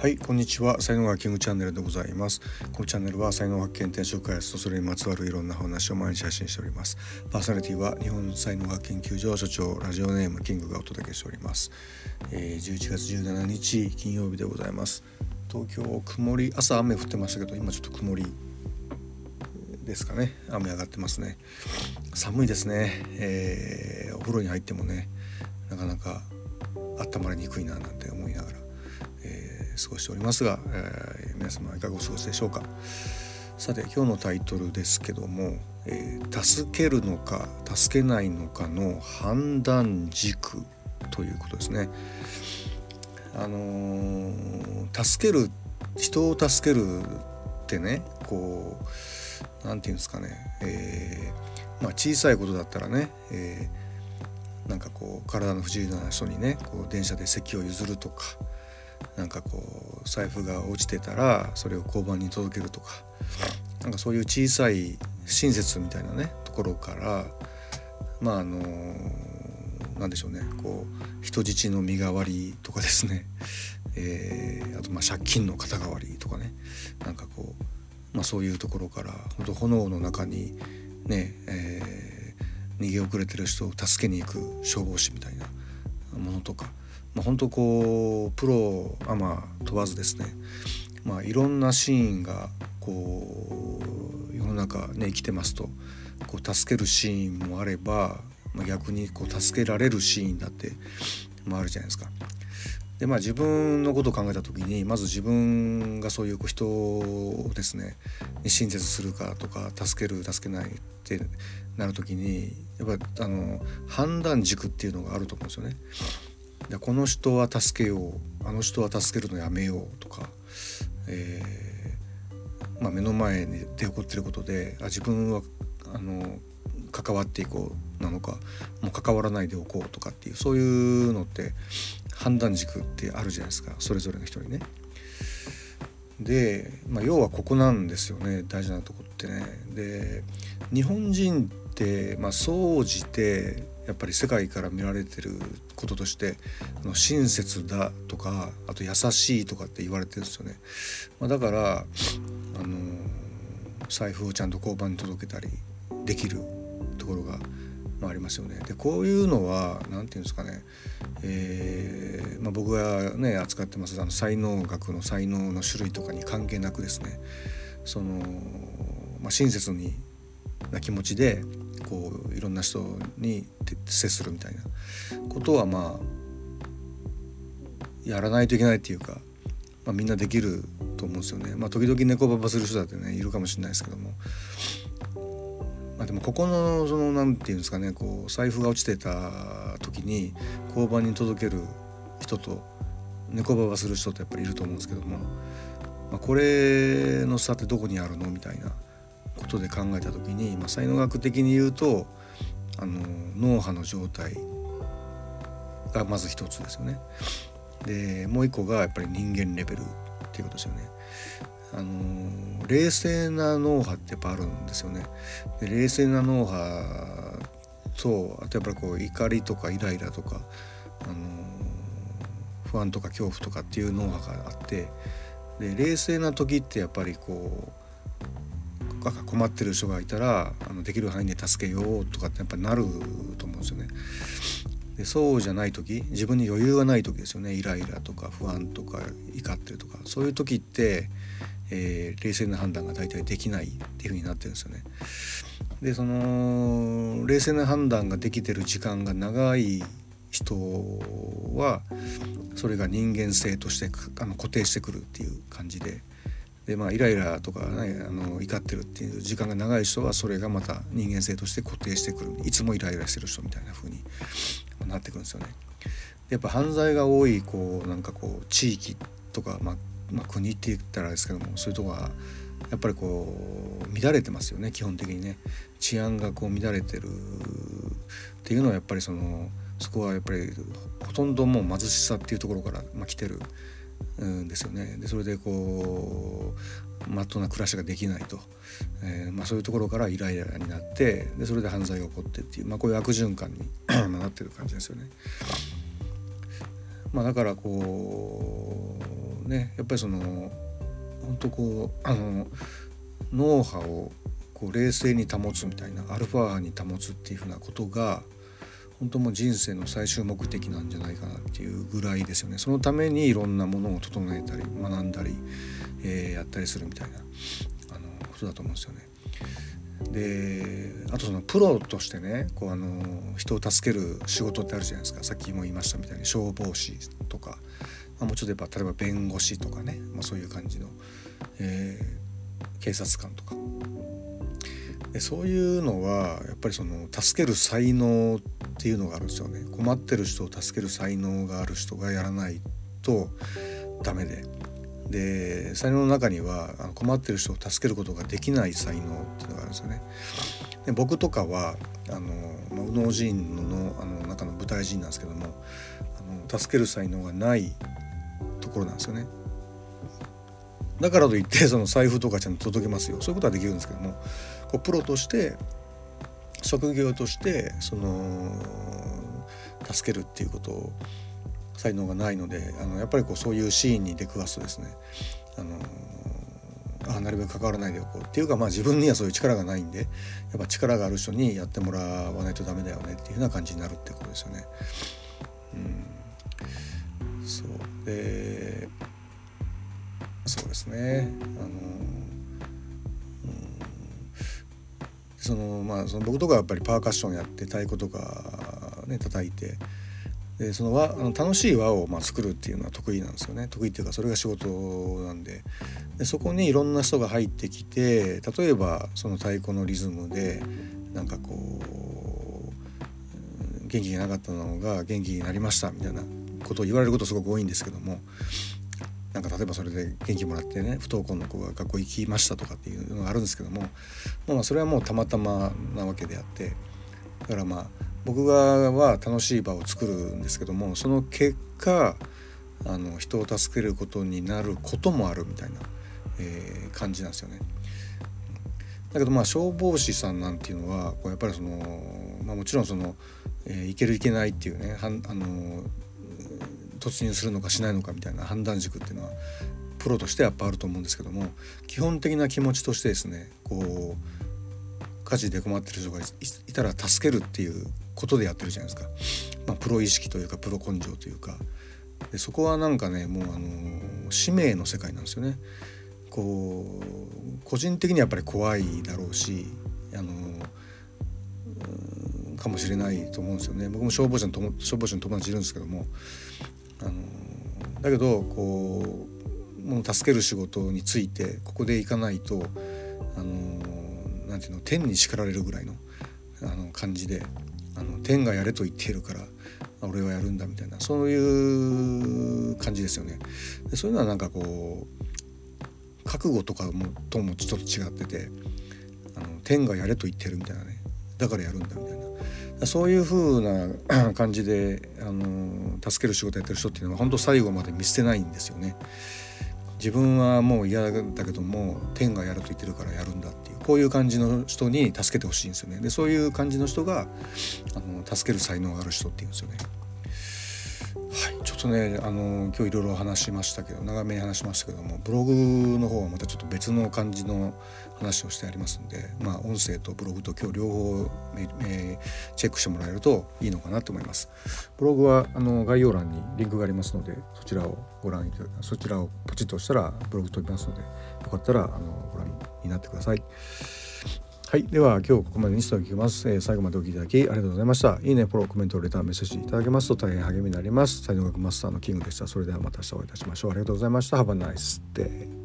はい、こんにちは。才能学キングチャンネルでございます。このチャンネルは才能発見、転職開発とそれにまつわるいろんな話を毎日配信しております。パーソナリティは日本才能学研究所所長ラジオネームキングがお届けしております。11月17日金曜日でございます。東京曇り、朝雨降ってましたけど今ちょっと曇りですかね。雨上がってますね。寒いですね。お風呂に入ってもね、なかなか温まりにくいななんて思いながら過ごしておりますが、皆様いかがお過ごしでしょうか。さて今日のタイトルですけども、助けるのか助けないのかの判断軸ということですね。助ける、人を助けるってね、こうなんていうんですかね、小さいことだったらね、なんかこう体の不自由な人にね、こう電車で席を譲るとか、なんかこう財布が落ちてたらそれを交番に届けるとか、なんかそういう小さい親切みたいなねところから、なんでしょうね、こう人質の身代わりとかですね、あと借金の肩代わりとかね、なんかこう、そういうところから本当炎の中にね、逃げ遅れてる人を助けに行く消防士みたいなものとか、本当こうプロアマ問わずですね、いろんなシーンがこう世の中ね生きてますと、こう助けるシーンもあれば、逆にこう助けられるシーンだってあるじゃないですか。で自分のことを考えた時に、まず自分がそういう人をですね親切するかとか助ける助けないってなる時に、やっぱ判断軸っていうのがあると思うんですよね。この人は助けよう、あの人は助けるのやめようとか、目の前で起こっていることで自分は関わっていこうなのか、もう関わらないでおこうとかっていう、そういうのって判断軸ってあるじゃないですか、それぞれの人にね。で、要はここなんですよね、大事なとこってね。で、日本人って総じてやっぱり世界から見られてることとして、親切だとか、あと優しいとかって言われてるんですよね。だから財布をちゃんと交番に届けたりできるところが、ありますよね。でこういうのはなんていうんですかね、僕がね扱ってます才能学の才能の種類とかに関係なくですね、親切な気持ちでこういろんな人に接するみたいなことはやらないといけないっていうか、みんなできると思うんですよね。時々猫ババする人だってねいるかもしれないですけども、でもここのなんていうんですかね、こう財布が落ちてた時に交番に届ける人と猫ババする人ってやっぱりいると思うんですけども、これの差ってどこにあるのみたいなことで考えた時に、才能学的に言うと脳波の状態がまず一つですよね。でもう一個がやっぱり人間レベルっていうことですよね。冷静な脳波ってやっぱあるんですよね。で冷静な脳波と、あとやっぱりこう怒りとかイライラとか、不安とか恐怖とかっていう脳波があって、で冷静な時ってやっぱりこう困ってる人がいたらできる範囲で助けようとかってやっぱなると思うんですよね。でそうじゃない時、自分に余裕がない時ですよね。イライラとか不安とか怒ってるとか、そういう時って冷静な判断が大体できないっていう風になってるんですよね。でその冷静な判断ができてる時間が長い人はそれが人間性として固定してくるっていう感じで、イライラとかね怒ってるっていう時間が長い人はそれがまた人間性として固定してくる、いつもイライラしてる人みたいな風になってくるんですよね。でやっぱ犯罪が多い地域とか、国って言ったらですけども、そういうとこはやっぱりこう乱れてますよね。基本的にね治安がこう乱れてるっていうのはやっぱりそこはやっぱりほとんどもう貧しさっていうところから来てるんですよね。でそれでこうまっとうな暮らしができないと、そういうところからイライラになって、でそれで犯罪が起こってっていう、こういう悪循環になってる感じですよね。だからこうやっぱり本当脳波を冷静に保つみたいな、アルファ波に保つっていうふうなことが本当もう人生の最終目的なんじゃないかなっていうぐらいですよね。そのためにいろんなものを整えたり学んだり、やったりするみたいなことだと思うんですよね。であとプロとしてね人を助ける仕事ってあるじゃないですか。さっきも言いましたみたいに消防士とか、もうちょっと例えば弁護士とかね、そういう感じの、警察官とかで、そういうのはやっぱり助ける才能っていうのがあるんですよね。困ってる人を助ける才能がある人がやらないとダメで、才能の中には困ってる人を助けることができない才能っていうのがあるんですよね。で僕とかは右脳人の中の舞台人なんですけども、助ける才能がないところなんですよね。だからといって財布とかちゃんと届けますよ、そういうことはできるんですけども、プロとして職業として助けるっていうことを才能がないので、やっぱりそういうシーンに出くわすとですね、なるべく関わらないでおこうっていうか、自分にはそういう力がないんで、やっぱ力がある人にやってもらわないとダメだよねっていうふうな感じになるってことですよね。そうで、そうですね。僕とかやっぱりパーカッションやって太鼓とかね叩いて、で楽しい輪を作るっていうのは得意なんですよね。得意っていうかそれが仕事なんで、そこにいろんな人が入ってきて、例えば太鼓のリズムで元気がなかったのが元気になりましたみたいなことを言われることすごく多いんですけども、例えばそれで元気もらってね、不登校の子が学校行きましたとかっていうのがあるんですけども、それはもうたまたまなわけであって、だから僕は楽しい場を作るんですけども、その結果人を助けることになることもあるみたいな、感じなんですよね。だけど消防士さんなんていうのはやっぱりもちろんいけるいけないっていうね、突入するのかしないのかみたいな判断軸っていうのはプロとしてはやっぱあると思うんですけども、基本的な気持ちとしてですね、火事で困ってる人がいたら助けるっていうことでやってるじゃないですか。プロ意識というかプロ根性というかで、そこはもう使命の世界なんですよね。個人的にはやっぱり怖いだろうしかもしれないと思うんですよね。僕も消防士の友達いるんですけども、だけどもう助ける仕事についてここで行かないとなんていうの、天に叱られるぐらいの感じで天がやれと言っているから俺はやるんだみたいな、そういう感じですよね。でそういうのは覚悟とかともちょっと違ってて、天がやれと言ってるみたいなね、だからやるんだみたいな、そういう風な感じで助ける仕事やってる人っていうのは本当最後まで見捨てないんですよね。自分はもう嫌だけども天がやると言ってるからやるんだっていう、こういう感じの人に助けてほしいんですよね。でそういう感じの人が助ける才能がある人っていうんですよね。はい、ちょっとね今日いろいろ話しましたけど、長めに話しましたけども、ブログの方はまたちょっと別の感じの話をしてありますんで、音声とブログと今日両方、チェックしてもらえるといいのかなと思います。ブログは概要欄にリンクがありますので、そちらをご覧いただき、そちらをポチッと押したらブログ飛びますので、よかったらご覧になってください。はい、では今日ここまでにしておきます。最後までお聞きいただきありがとうございました。いいね、フォロー、コメント、レター、メッセージいただけますと大変励みになります。才能学マスターのキングでした。それではまた明日お会いいたしましょう。ありがとうございました。Have a nice day.